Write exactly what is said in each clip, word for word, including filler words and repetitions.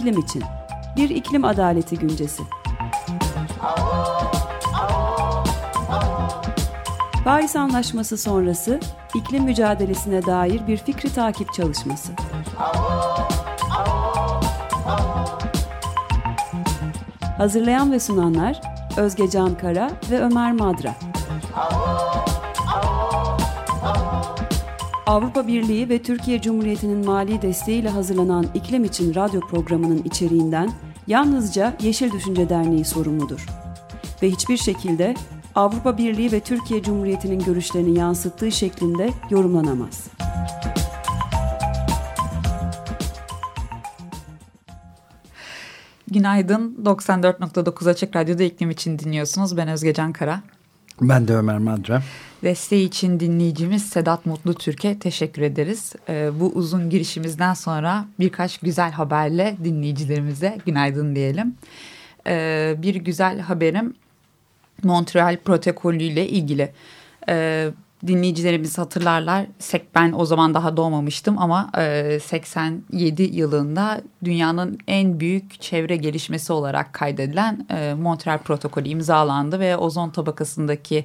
iklim için. Bir iklim adaleti güncesi. Paris Anlaşması sonrası iklim mücadelesine dair bir fikri takip çalışması. Hazırlayan ve sunanlar Özge Can Kara ve Ömer Madra. Avrupa Birliği ve Türkiye Cumhuriyeti'nin mali desteğiyle hazırlanan İklim için radyo programının içeriğinden yalnızca Yeşil Düşünce Derneği sorumludur. Ve hiçbir şekilde Avrupa Birliği ve Türkiye Cumhuriyeti'nin görüşlerini yansıttığı şeklinde yorumlanamaz. Günaydın. doksan dört nokta dokuz Açık Radyo'da iklim için dinliyorsunuz. Ben Özge Can Kara. Ben de Ömer Madra. Desteği için dinleyicimiz Sedat Mutlu Türk'e teşekkür ederiz. Ee, bu uzun girişimizden sonra birkaç güzel haberle dinleyicilerimize günaydın diyelim. Ee, bir güzel haberim Montreal Protokolü ile ilgili. Ee, dinleyicilerimiz hatırlarlar. Ben o zaman daha doğmamıştım ama e, seksen yedi yılında dünyanın en büyük çevre gelişmesi olarak kaydedilen e, Montreal Protokolü imzalandı ve ozon tabakasındaki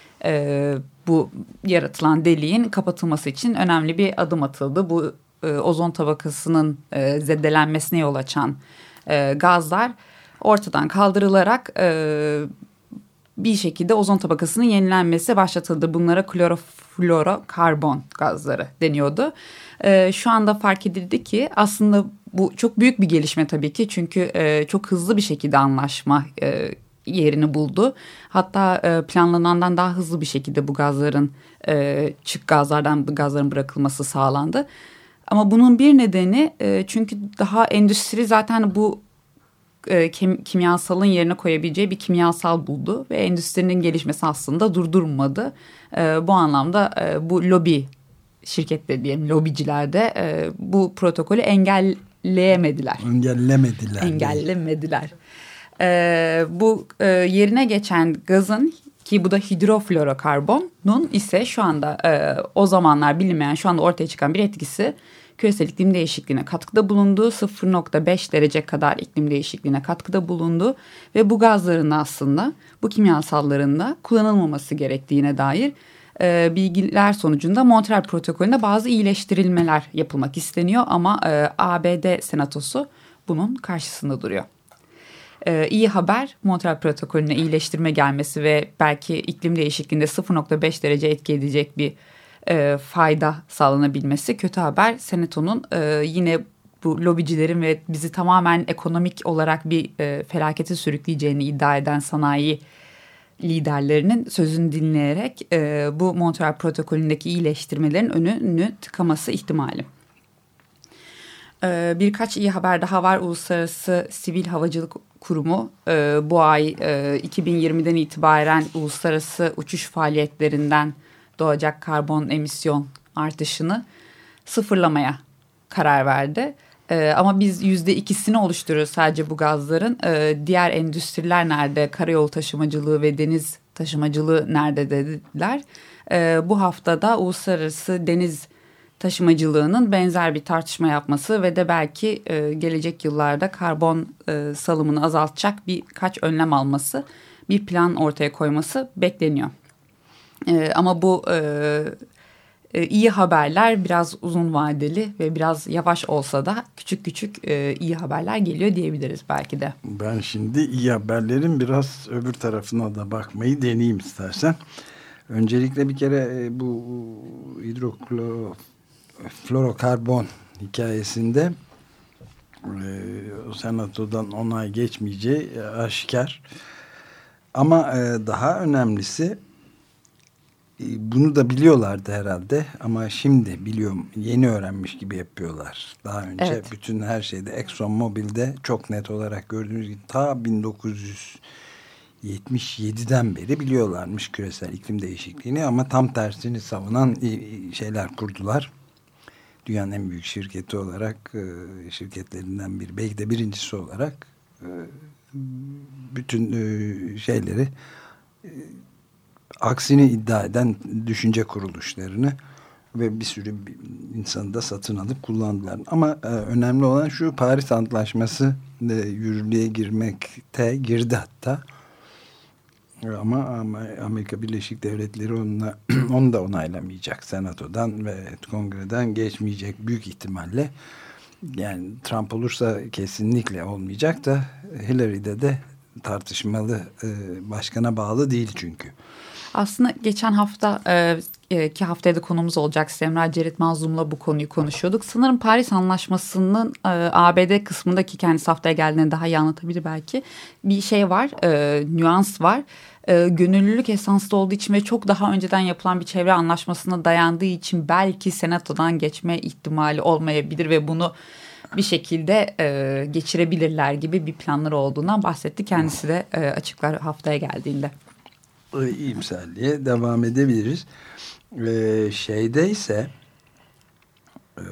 e, bu yaratılan deliğin kapatılması için önemli bir adım atıldı. Bu e, ozon tabakasının e, zedelenmesine yol açan e, gazlar ortadan kaldırılarak e, bir şekilde ozon tabakasının yenilenmesi başlatıldı. Bunlara kloroflorokarbon gazları deniyordu. Ee, şu anda fark edildi ki aslında bu çok büyük bir gelişme tabii ki. Çünkü e, çok hızlı bir şekilde anlaşma e, yerini buldu. Hatta e, planlanandan daha hızlı bir şekilde bu gazların e, çık gazlardan bu gazların bırakılması sağlandı. Ama bunun bir nedeni e, çünkü daha endüstri zaten bu Kim, kimyasalın yerine koyabileceği bir kimyasal buldu ve endüstrinin gelişmesi aslında durdurmadı. E, bu anlamda e, bu lobi şirketleri diyelim, lobiciler de e, bu protokolü engelleyemediler. Engellemediler. Engellemediler. E, bu e, yerine geçen gazın ki bu da hidroflorokarbonun ise şu anda e, o zamanlar bilinmeyen şu anda ortaya çıkan bir etkisi küresel iklim değişikliğine katkıda bulundu. sıfır nokta beş derece kadar iklim değişikliğine katkıda bulundu. Ve bu gazların aslında bu kimyasalların da kullanılmaması gerektiğine dair e, bilgiler sonucunda Montreal Protokolü'nde bazı iyileştirilmeler yapılmak isteniyor. Ama e, A B D Senatosu bunun karşısında duruyor. E, iyi haber Montreal Protokolü'ne iyileştirme gelmesi ve belki iklim değişikliğinde sıfır nokta beş derece etki edecek bir E, fayda sağlanabilmesi. Kötü haber Senato'nun e, yine bu lobicilerin ve bizi tamamen ekonomik olarak bir e, felakete sürükleyeceğini iddia eden sanayi liderlerinin sözünü dinleyerek e, bu Montreal Protokolü'ndeki iyileştirmelerin önünü tıkaması ihtimali. E, birkaç iyi haber daha var. Uluslararası Sivil Havacılık Kurumu e, bu ay e, iki bin yirmiden itibaren uluslararası uçuş faaliyetlerinden doğacak karbon emisyon artışını sıfırlamaya karar verdi. Ee, ama biz yüzde ikisini oluşturuyoruz sadece bu gazların. Ee, diğer endüstriler nerede? Karayolu taşımacılığı ve deniz taşımacılığı nerede dediler. Ee, bu haftada uluslararası deniz taşımacılığının benzer bir tartışma yapması ve de belki e, gelecek yıllarda karbon e, salımını azaltacak birkaç önlem alması, bir plan ortaya koyması bekleniyor. Ee, ama bu e, e, iyi haberler biraz uzun vadeli ve biraz yavaş olsa da küçük küçük e, iyi haberler geliyor diyebiliriz belki de. Ben şimdi iyi haberlerin biraz öbür tarafına da bakmayı deneyeyim istersen. Öncelikle bir kere e, bu hidroflorokarbon hikayesinde e, o senatodan onay geçmeyeceği aşikar. Ama e, daha önemlisi bunu da biliyorlardı herhalde ama şimdi biliyorum, yeni öğrenmiş gibi yapıyorlar. Daha önce evet. Bütün her şeyde Exxon Mobil'de çok net olarak gördüğünüz gibi ta bin dokuz yüz yetmiş yediden beri biliyorlarmış küresel iklim değişikliğini ama tam tersini savunan şeyler kurdular. Dünyanın en büyük şirketi olarak, şirketlerinden biri, belki de birincisi olarak bütün şeyleri, aksini iddia eden düşünce kuruluşlarını ve bir sürü insanı da satın alıp kullandılar. Ama e, önemli olan şu, Paris Antlaşması e, yürürlüğe girmekte girdi hatta. Ama, ama Amerika Birleşik Devletleri onunla, onu da onaylamayacak. Senatodan ve kongreden geçmeyecek büyük ihtimalle. Yani Trump olursa kesinlikle olmayacak da Hillary'de de tartışmalı, e, başkana bağlı değil çünkü. Aslında geçen hafta e, ki haftaya da konumuz olacak, Semra Cerit Mazlum'la bu konuyu konuşuyorduk. Sanırım Paris Anlaşması'nın e, A B D kısmındaki, kendisi haftaya geldiğinde daha iyi anlatabilir belki, bir şey var, e, nüans var. E, gönüllülük esanslı olduğu için ve çok daha önceden yapılan bir çevre anlaşmasına dayandığı için belki senatodan geçme ihtimali olmayabilir ve bunu bir şekilde e, geçirebilirler gibi bir planları olduğundan bahsetti. Kendisi de e, açıklar haftaya geldiğinde. İyimserliğe devam edebiliriz. Ee, şeyde ise e,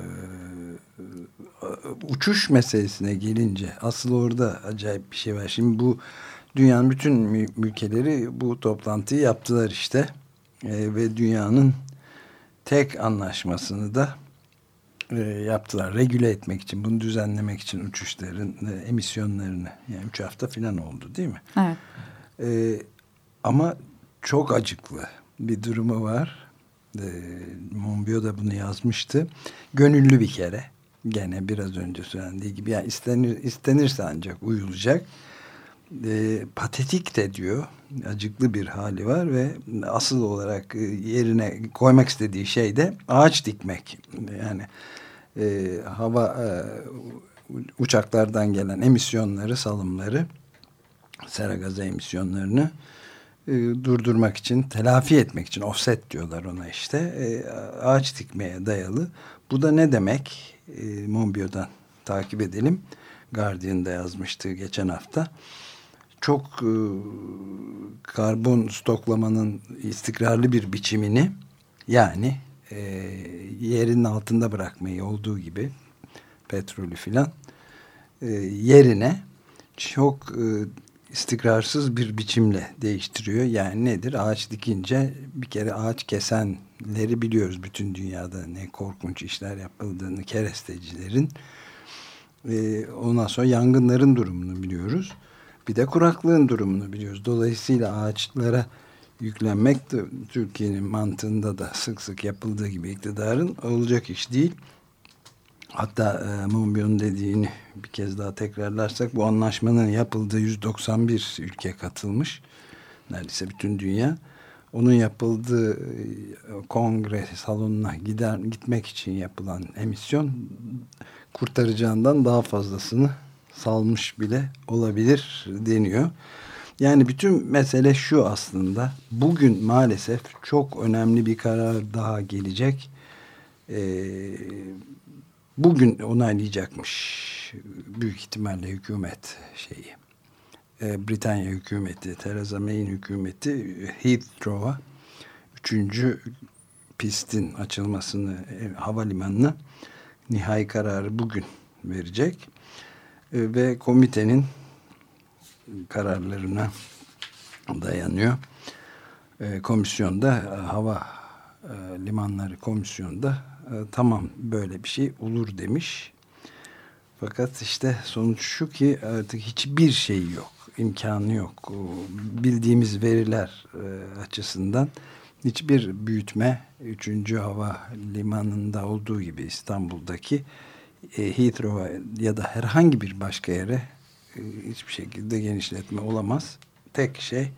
uçuş meselesine gelince asıl orada acayip bir şey var. Şimdi bu dünyanın bütün ülkeleri bu toplantıyı yaptılar işte. Ee, ve dünyanın tek anlaşmasını da e, yaptılar. Regüle etmek için, bunu düzenlemek için uçuşların e, emisyonlarını. Yani üç hafta falan oldu değil mi? Evet. Ee, ama çok acıklı bir durumu var. E, Monbiot da bunu yazmıştı. Gönüllü bir kere. Gene biraz önce söylendiği gibi. Yani istenir, istenirse ancak uyulacak. E, patetik de diyor. Acıklı bir hali var ve asıl olarak yerine koymak istediği şey de ağaç dikmek. Yani e, hava e, uçaklardan gelen emisyonları, salımları, sera gazı emisyonlarını e, durdurmak için, telafi etmek için, offset diyorlar ona işte, e, ağaç dikmeye dayalı. Bu da ne demek? E, Monbiot'dan takip edelim. Guardian'da yazmıştı geçen hafta. Çok e, karbon stoklamanın istikrarlı bir biçimini, yani e, yerin altında bırakmayı olduğu gibi petrolü filan e, yerine çok e, istikrarsız bir biçimle değiştiriyor. Yani nedir? Ağaç dikince bir kere ağaç kesenleri biliyoruz. Bütün dünyada ne korkunç işler yapıldığını, kerestecilerin. Ee, ondan sonra yangınların durumunu biliyoruz. Bir de kuraklığın durumunu biliyoruz. Dolayısıyla ağaçlara yüklenmek de Türkiye'nin mantığında da sık sık yapıldığı gibi iktidarın olacak iş değil. Hatta e, Monbiot'un dediğini bir kez daha tekrarlarsak, bu anlaşmanın yapıldığı yüz doksan bir ülke katılmış. Neredeyse bütün dünya. Onun yapıldığı e, kongre salonuna gider, gitmek için yapılan emisyon kurtaracağından daha fazlasını salmış bile olabilir deniyor. Yani bütün mesele şu aslında. Bugün maalesef çok önemli bir karar daha gelecek. Eee Bugün onaylayacakmış büyük ihtimalle hükümet şeyi. E, Britanya hükümeti, Theresa May'in hükümeti Heathrow'a üçüncü pistin açılmasını, e, havalimanına nihai kararı bugün verecek. E, ve komitenin kararlarına dayanıyor. E, komisyonda, hava e, limanları komisyonda tamam böyle bir şey olur demiş. Fakat işte sonuç şu ki artık hiçbir şey yok. İmkanı yok. Bildiğimiz veriler açısından hiçbir büyütme, üçüncü hava limanında olduğu gibi İstanbul'daki Heathrow'a ya da herhangi bir başka yere hiçbir şekilde genişletme olamaz. Tek şey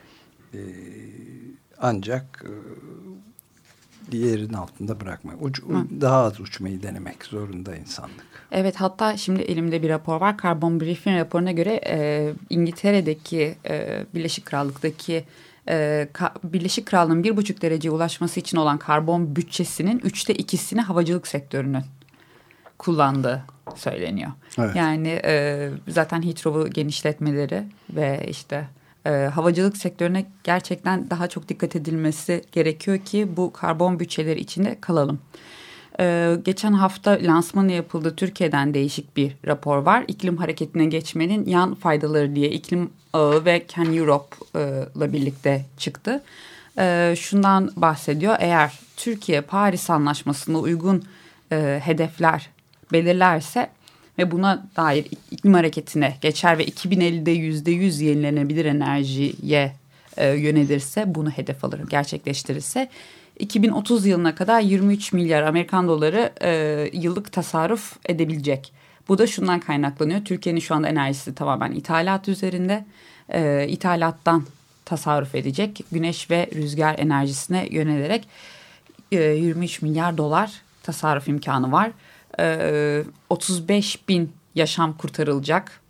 ancak yerin altında bırakmak. Uç, daha az uçmayı denemek zorunda insanlık. Evet, hatta şimdi elimde bir rapor var. Carbon Briefing raporuna göre e, İngiltere'deki, e, Birleşik Krallık'taki e, ka, Birleşik Krallığın bir buçuk dereceye ulaşması için olan karbon bütçesinin üçte ikisini havacılık sektörünün kullandığı söyleniyor. Evet. Yani e, zaten Heathrow'u genişletmeleri ve işte E, havacılık sektörüne gerçekten daha çok dikkat edilmesi gerekiyor ki bu karbon bütçeleri içinde kalalım. E, geçen hafta lansmanı yapıldı. Türkiye'den değişik bir rapor var. İklim hareketine geçmenin yan faydaları diye iklim ağı ve Can Europe'la birlikte çıktı. e, şundan bahsediyor. Eğer Türkiye Paris Anlaşması'na uygun e, hedefler belirlerse ve buna dair iklim hareketine geçer ve iki bin ellide yüzde yüz yenilenebilir enerjiye e, yönelirse, bunu hedef alır, gerçekleştirirse iki bin otuz yılına kadar yirmi üç milyar Amerikan doları e, yıllık tasarruf edebilecek. Bu da şundan kaynaklanıyor. Türkiye'nin şu anda enerjisi tamamen ithalat üzerinde. E, ithalattan tasarruf edecek. Güneş ve rüzgar enerjisine yönelerek e, yirmi üç milyar dolar tasarruf imkanı var. E, otuz beş bin yaşam kurtarılacak.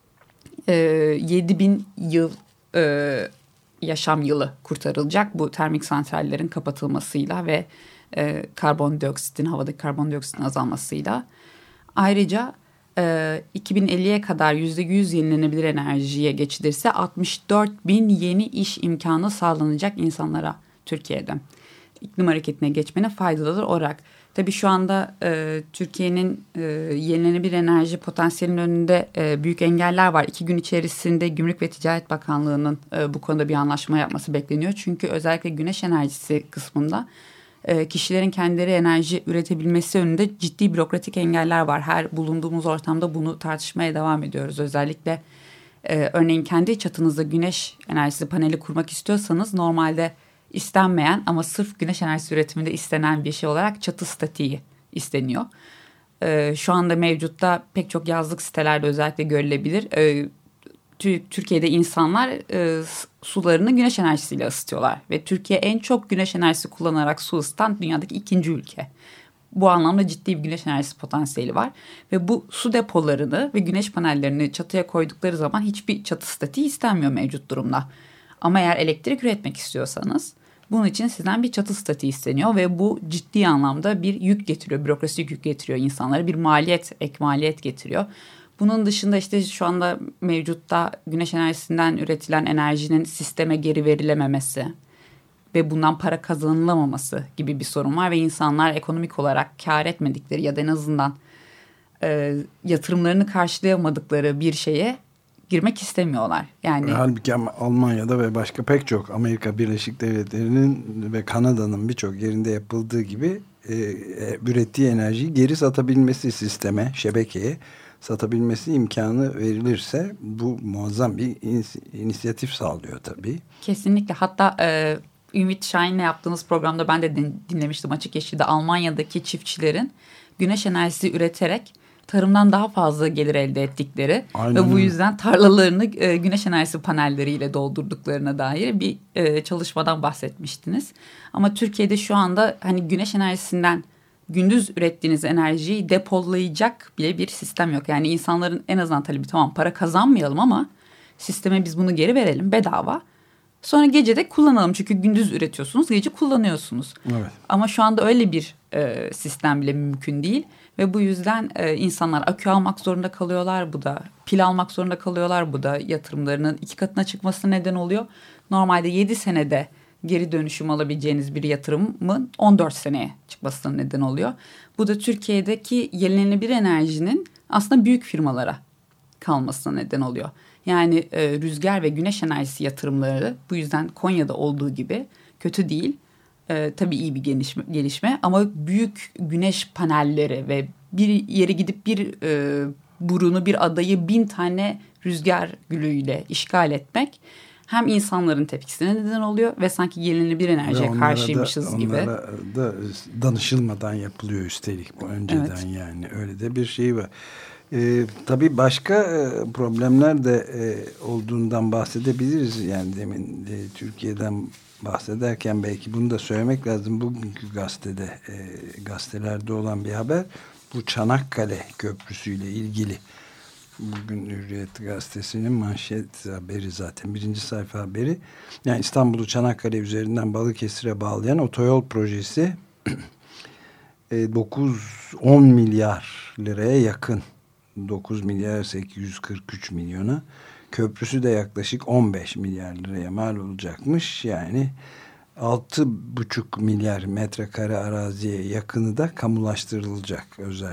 E, yedi bin yıl e, yaşam yılı kurtarılacak bu termik santrallerin kapatılmasıyla ve e, karbondioksitin, havadaki karbondioksitin azalmasıyla. Ayrıca e, iki bin elliye kadar yüzde yüz yenilenebilir enerjiye geçilirse altmış dört bin yeni iş imkanı sağlanacak insanlara Türkiye'de. İklim hareketine geçmenin faydalıdır olarak. Tabii şu anda e, Türkiye'nin e, yenilenebilir enerji potansiyelinin önünde e, büyük engeller var. İki gün içerisinde Gümrük ve Ticaret Bakanlığı'nın e, bu konuda bir anlaşma yapması bekleniyor. Çünkü özellikle güneş enerjisi kısmında e, kişilerin kendileri enerji üretebilmesi önünde ciddi bürokratik engeller var. Her bulunduğumuz ortamda bunu tartışmaya devam ediyoruz. Özellikle e, örneğin kendi çatınızda güneş enerjisi paneli kurmak istiyorsanız normalde istenmeyen ama sırf güneş enerjisi üretiminde istenen bir şey olarak çatı statiği isteniyor. Ee, şu anda mevcutta pek çok yazlık sitelerde özellikle görülebilir. Ee, Türkiye'de insanlar e, sularını güneş enerjisiyle ısıtıyorlar. Ve Türkiye en çok güneş enerjisi kullanarak su ısıtan dünyadaki ikinci ülke. Bu anlamda ciddi bir güneş enerjisi potansiyeli var. Ve bu su depolarını ve güneş panellerini çatıya koydukları zaman hiçbir çatı statiği istenmiyor mevcut durumda. Ama eğer elektrik üretmek istiyorsanız bunun için sizden bir çatı statiği isteniyor ve bu ciddi anlamda bir yük getiriyor, bürokrasik yük getiriyor insanlara, bir maliyet, ek maliyet getiriyor. Bunun dışında işte şu anda mevcutta güneş enerjisinden üretilen enerjinin sisteme geri verilememesi ve bundan para kazanılamaması gibi bir sorun var ve insanlar ekonomik olarak kar etmedikleri ya da en azından e, yatırımlarını karşılayamadıkları bir şeye girmek istemiyorlar. Yani halbuki Almanya'da ve başka pek çok Amerika Birleşik Devletleri'nin ve Kanada'nın birçok yerinde yapıldığı gibi e, ürettiği enerjiyi geri satabilmesi, sisteme, şebekeye satabilmesi imkanı verilirse bu muazzam bir inisiyatif sağlıyor tabii. Kesinlikle. Hatta e, Ümit Şahin'le yaptığımız programda ben de din, dinlemiştim Açık Yeşil'de. Almanya'daki çiftçilerin güneş enerjisi üreterek tarımdan daha fazla gelir elde ettikleri Aynen. ve bu yüzden tarlalarını e, güneş enerjisi panelleriyle doldurduklarına dair bir e, çalışmadan bahsetmiştiniz. Ama Türkiye'de şu anda hani güneş enerjisinden gündüz ürettiğiniz enerjiyi depolayacak bile bir sistem yok. Yani insanların en azından talebi tamam para kazanmayalım ama sisteme biz bunu geri verelim bedava. Sonra gece de kullanalım çünkü gündüz üretiyorsunuz, gece kullanıyorsunuz. Evet. Ama şu anda öyle bir e, sistem bile mümkün değil. Ve bu yüzden e, insanlar akü almak zorunda kalıyorlar. Bu da pil almak zorunda kalıyorlar. Bu da yatırımlarının iki katına çıkmasına neden oluyor. Normalde yedi senede geri dönüşüm alabileceğiniz bir yatırımın on dört seneye çıkmasına neden oluyor. Bu da Türkiye'deki yenilenebilir enerjinin aslında büyük firmalara kalmasına neden oluyor. Yani e, rüzgar ve güneş enerjisi yatırımları bu yüzden Konya'da olduğu gibi kötü değil. Ee, tabii iyi bir gelişme, gelişme ama büyük güneş panelleri ve bir yere gidip bir e, burunu bir adayı bin tane rüzgar gülüyle işgal etmek hem insanların tepkisine neden oluyor ve sanki yenilenebilir enerjiye karşıymışız da, gibi. Onlara da danışılmadan yapılıyor üstelik bu önceden evet. Yani öyle de bir şey var. Ee, tabii başka e, problemler de e, olduğundan bahsedebiliriz. Yani demin e, Türkiye'den bahsederken belki bunu da söylemek lazım. Bugünkü gazetede, e, gazetelerde olan bir haber. Bu Çanakkale Köprüsü ile ilgili. Bugün Hürriyet Gazetesi'nin manşet haberi zaten. Birinci sayfa haberi. Yani İstanbul'u Çanakkale üzerinden Balıkesir'e bağlayan otoyol projesi e, dokuz on milyar liraya yakın. dokuz milyar sekiz yüz kırk üç milyona. Köprüsü de yaklaşık on beş milyar liraya mal olacakmış. Yani altı buçuk milyar metrekare araziye yakını da kamulaştırılacak, özel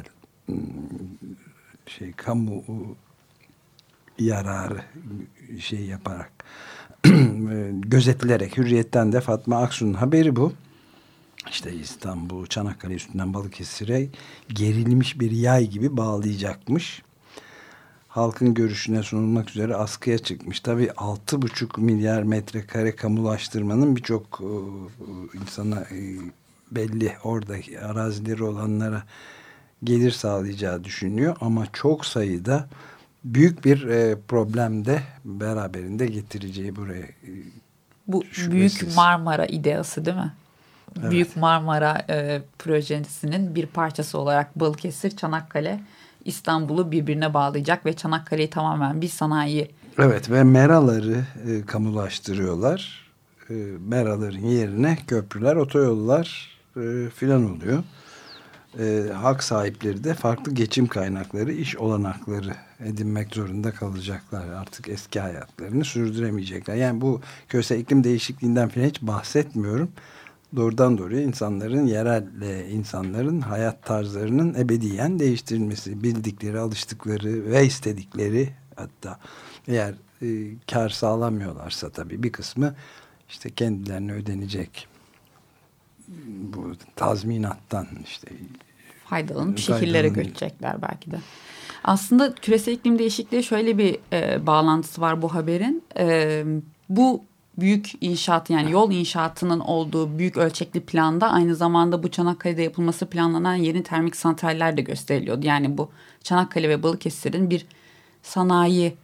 şey kamu yararı şey yaparak gözetilerek, Hürriyet'ten de Fatma Aksu'nun haberi bu. İşte İstanbul, Çanakkale üstünden Balıkesir'e gerilmiş bir yay gibi bağlayacakmış. Halkın görüşüne sunulmak üzere askıya çıkmış. Tabii altı buçuk milyar metrekare kamulaştırmanın birçok e, insana e, belli oradaki arazileri olanlara gelir sağlayacağı düşünülüyor. Ama çok sayıda büyük bir e, problem de beraberinde getireceği buraya. E, Bu şüphesiz. Büyük Marmara ideası değil mi? Evet. Büyük Marmara e, projesinin bir parçası olarak Balıkesir, Çanakkale, İstanbul'u birbirine bağlayacak ve Çanakkale'yi tamamen bir sanayi. Evet ve meraları e, kamulaştırıyorlar. E, meraların yerine köprüler, otoyollar e, filan oluyor. E, hak sahipleri de farklı geçim kaynakları, iş olanakları edinmek zorunda kalacaklar. Artık eski hayatlarını sürdüremeyecekler. Yani bu küresel iklim değişikliğinden falan hiç bahsetmiyorum. Doğrudan doğruya insanların, yerel e, insanların hayat tarzlarının ebediyen değiştirilmesi, bildikleri, alıştıkları ve istedikleri, hatta eğer e, kar sağlamıyorlarsa tabii bir kısmı işte kendilerine ödenecek bu tazminattan işte faydalanıp şehirlere göçecekler belki de. Aslında küresel iklim değişikliği şöyle bir e, bağlantısı var bu haberin. E, bu büyük inşaat, yani yol inşaatının olduğu büyük ölçekli planda aynı zamanda bu Çanakkale'de yapılması planlanan yeni termik santraller de gösteriliyordu. Yani bu Çanakkale ve Balıkesir'in bir sanayinin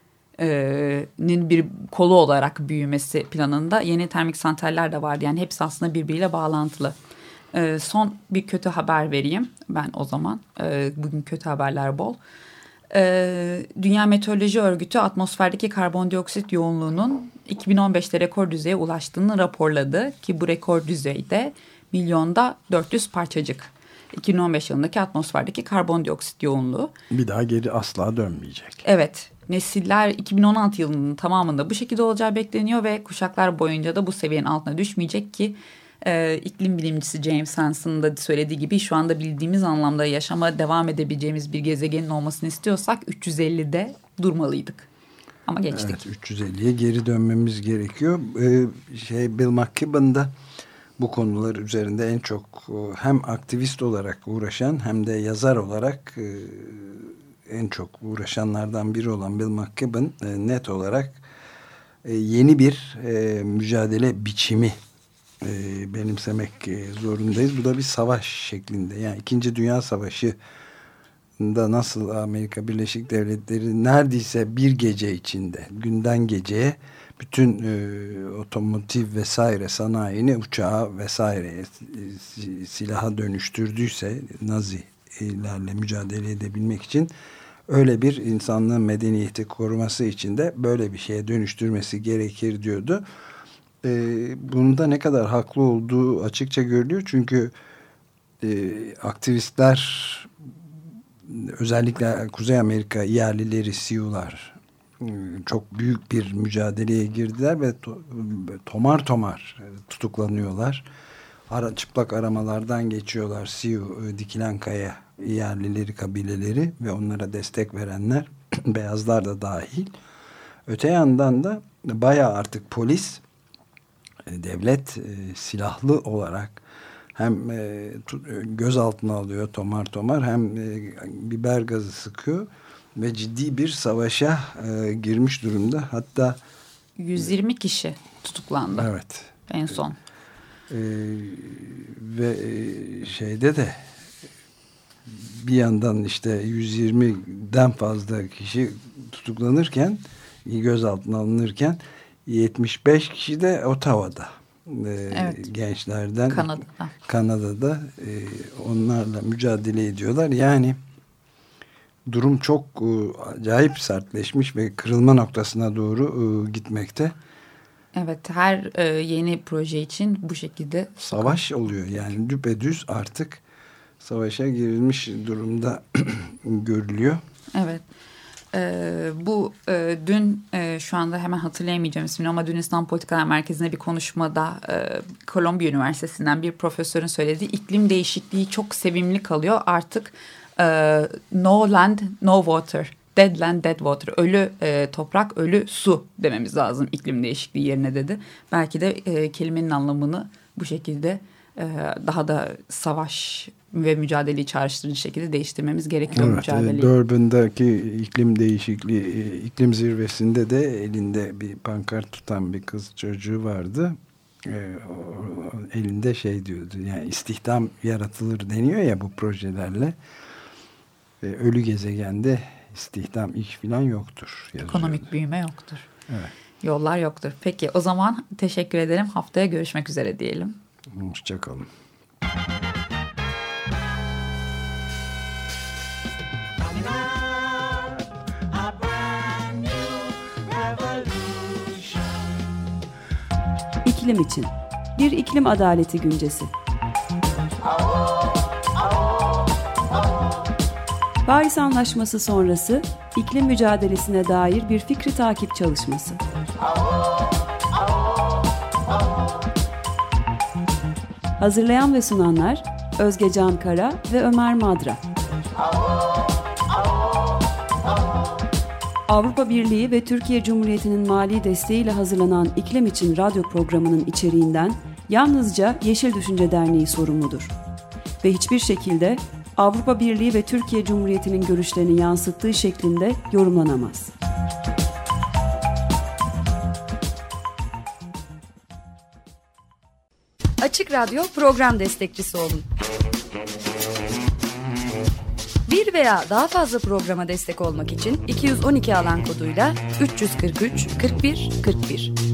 bir kolu olarak büyümesi planında yeni termik santraller de vardı. Yani hepsi aslında birbiriyle bağlantılı. Ee, son bir kötü haber vereyim ben o zaman. Ee, bugün kötü haberler bol. Ee, Dünya Meteoroloji Örgütü atmosferdeki karbondioksit yoğunluğunun iki bin on beşte rekor düzeye ulaştığını raporladı. Ki bu rekor düzeyde milyonda dört yüz parçacık. iki bin on beş yılındaki atmosferdeki karbondioksit yoğunluğu. Bir daha geri asla dönmeyecek. Evet. Nesiller iki bin on altı yılının tamamında bu şekilde olacağı bekleniyor ve kuşaklar boyunca da bu seviyenin altına düşmeyecek ki Ee, iklim bilimcisi James Hansen'ın da söylediği gibi şu anda bildiğimiz anlamda yaşama devam edebileceğimiz bir gezegenin olmasını istiyorsak üç yüz ellide durmalıydık. Ama geçtik. Evet, üç yüz elliye geri dönmemiz gerekiyor. Ee, şey Bill McKibben da bu konular üzerinde en çok hem aktivist olarak uğraşan hem de yazar olarak e, en çok uğraşanlardan biri olan Bill McKibben e, net olarak e, yeni bir e, mücadele biçimi E, benimsemek e, zorundayız. Bu da bir savaş şeklinde. Yani İkinci Dünya Savaşı'nda nasıl Amerika Birleşik Devletleri neredeyse bir gece içinde, günden geceye bütün e, otomotiv vesaire sanayini uçağa vesaire e, silaha dönüştürdüyse Nazilerle mücadele edebilmek için öyle bir insanlığın medeniyeti koruması için de böyle bir şeye dönüştürmesi gerekir diyordu. E, bunda ne kadar haklı olduğu açıkça görülüyor. Çünkü e, aktivistler, özellikle Kuzey Amerika yerlileri, Sioux'lar e, çok büyük bir mücadeleye girdiler ve to, tomar tomar tutuklanıyorlar. Ara, çıplak aramalardan geçiyorlar Sioux, e, Dikilen Kaya yerlileri, kabileleri ve onlara destek verenler, beyazlar da dahil. Öte yandan da bayağı artık polis, devlet e, silahlı olarak hem e, gözaltına alıyor tomar tomar, hem e, biber gazı sıkıyor ve ciddi bir savaşa e, girmiş durumda. Hatta yüz yirmi kişi tutuklandı. Evet. En son. E, ve e, şeyde de bir yandan işte yüz yirmiden fazla kişi tutuklanırken, gözaltına alınırken yetmiş beş kişi de Ottawa'da, e, evet. gençlerden Kanada'da, Kanada'da e, onlarla mücadele ediyorlar. Yani durum çok e, acayip sertleşmiş ve kırılma noktasına doğru e, gitmekte. Evet, her e, yeni proje için bu şekilde savaş oluyor. Yani düpedüz artık savaşa girilmiş durumda görülüyor. Evet. Ee, bu e, dün e, şu anda hemen hatırlayamayacağım ismini ama dün İstanbul Politikalar Merkezi'nde bir konuşmada e, Columbia Üniversitesi'nden bir profesörün söylediği iklim değişikliği çok sevimli kalıyor. Artık e, no land, no water dead land, dead water, ölü e, toprak, ölü su dememiz lazım iklim değişikliği yerine dedi. Belki de e, kelimenin anlamını bu şekilde e, daha da savaş ve mücadeleyi çağrıştırıcı şekilde değiştirmemiz gerekiyor. Evet, mücadeleyi. Durban'daki iklim değişikliği, iklim zirvesinde de elinde bir pankart tutan bir kız çocuğu vardı. Ee, o, elinde şey diyordu, yani istihdam yaratılır deniyor ya bu projelerle. Ee, ölü gezegende istihdam, iş falan yoktur. Yazıyordu. Ekonomik büyüme yoktur. Evet. Yollar yoktur. Peki o zaman teşekkür ederim. Haftaya görüşmek üzere diyelim. Hoşçakalın. İklim için bir iklim adaleti güncesi. Paris Anlaşması sonrası iklim mücadelesine dair bir fikri takip çalışması. Hazırlayan ve sunanlar Özge Can Kara ve Ömer Madra. Avrupa Birliği ve Türkiye Cumhuriyeti'nin mali desteğiyle hazırlanan İklim için radyo programının içeriğinden yalnızca Yeşil Düşünce Derneği sorumludur. Ve hiçbir şekilde Avrupa Birliği ve Türkiye Cumhuriyeti'nin görüşlerini yansıttığı şeklinde yorumlanamaz. Açık Radyo program destekçisi olun. Bir veya daha fazla programa destek olmak için iki yüz on iki alan koduyla üç yüz kırk üç kırk bir kırk bir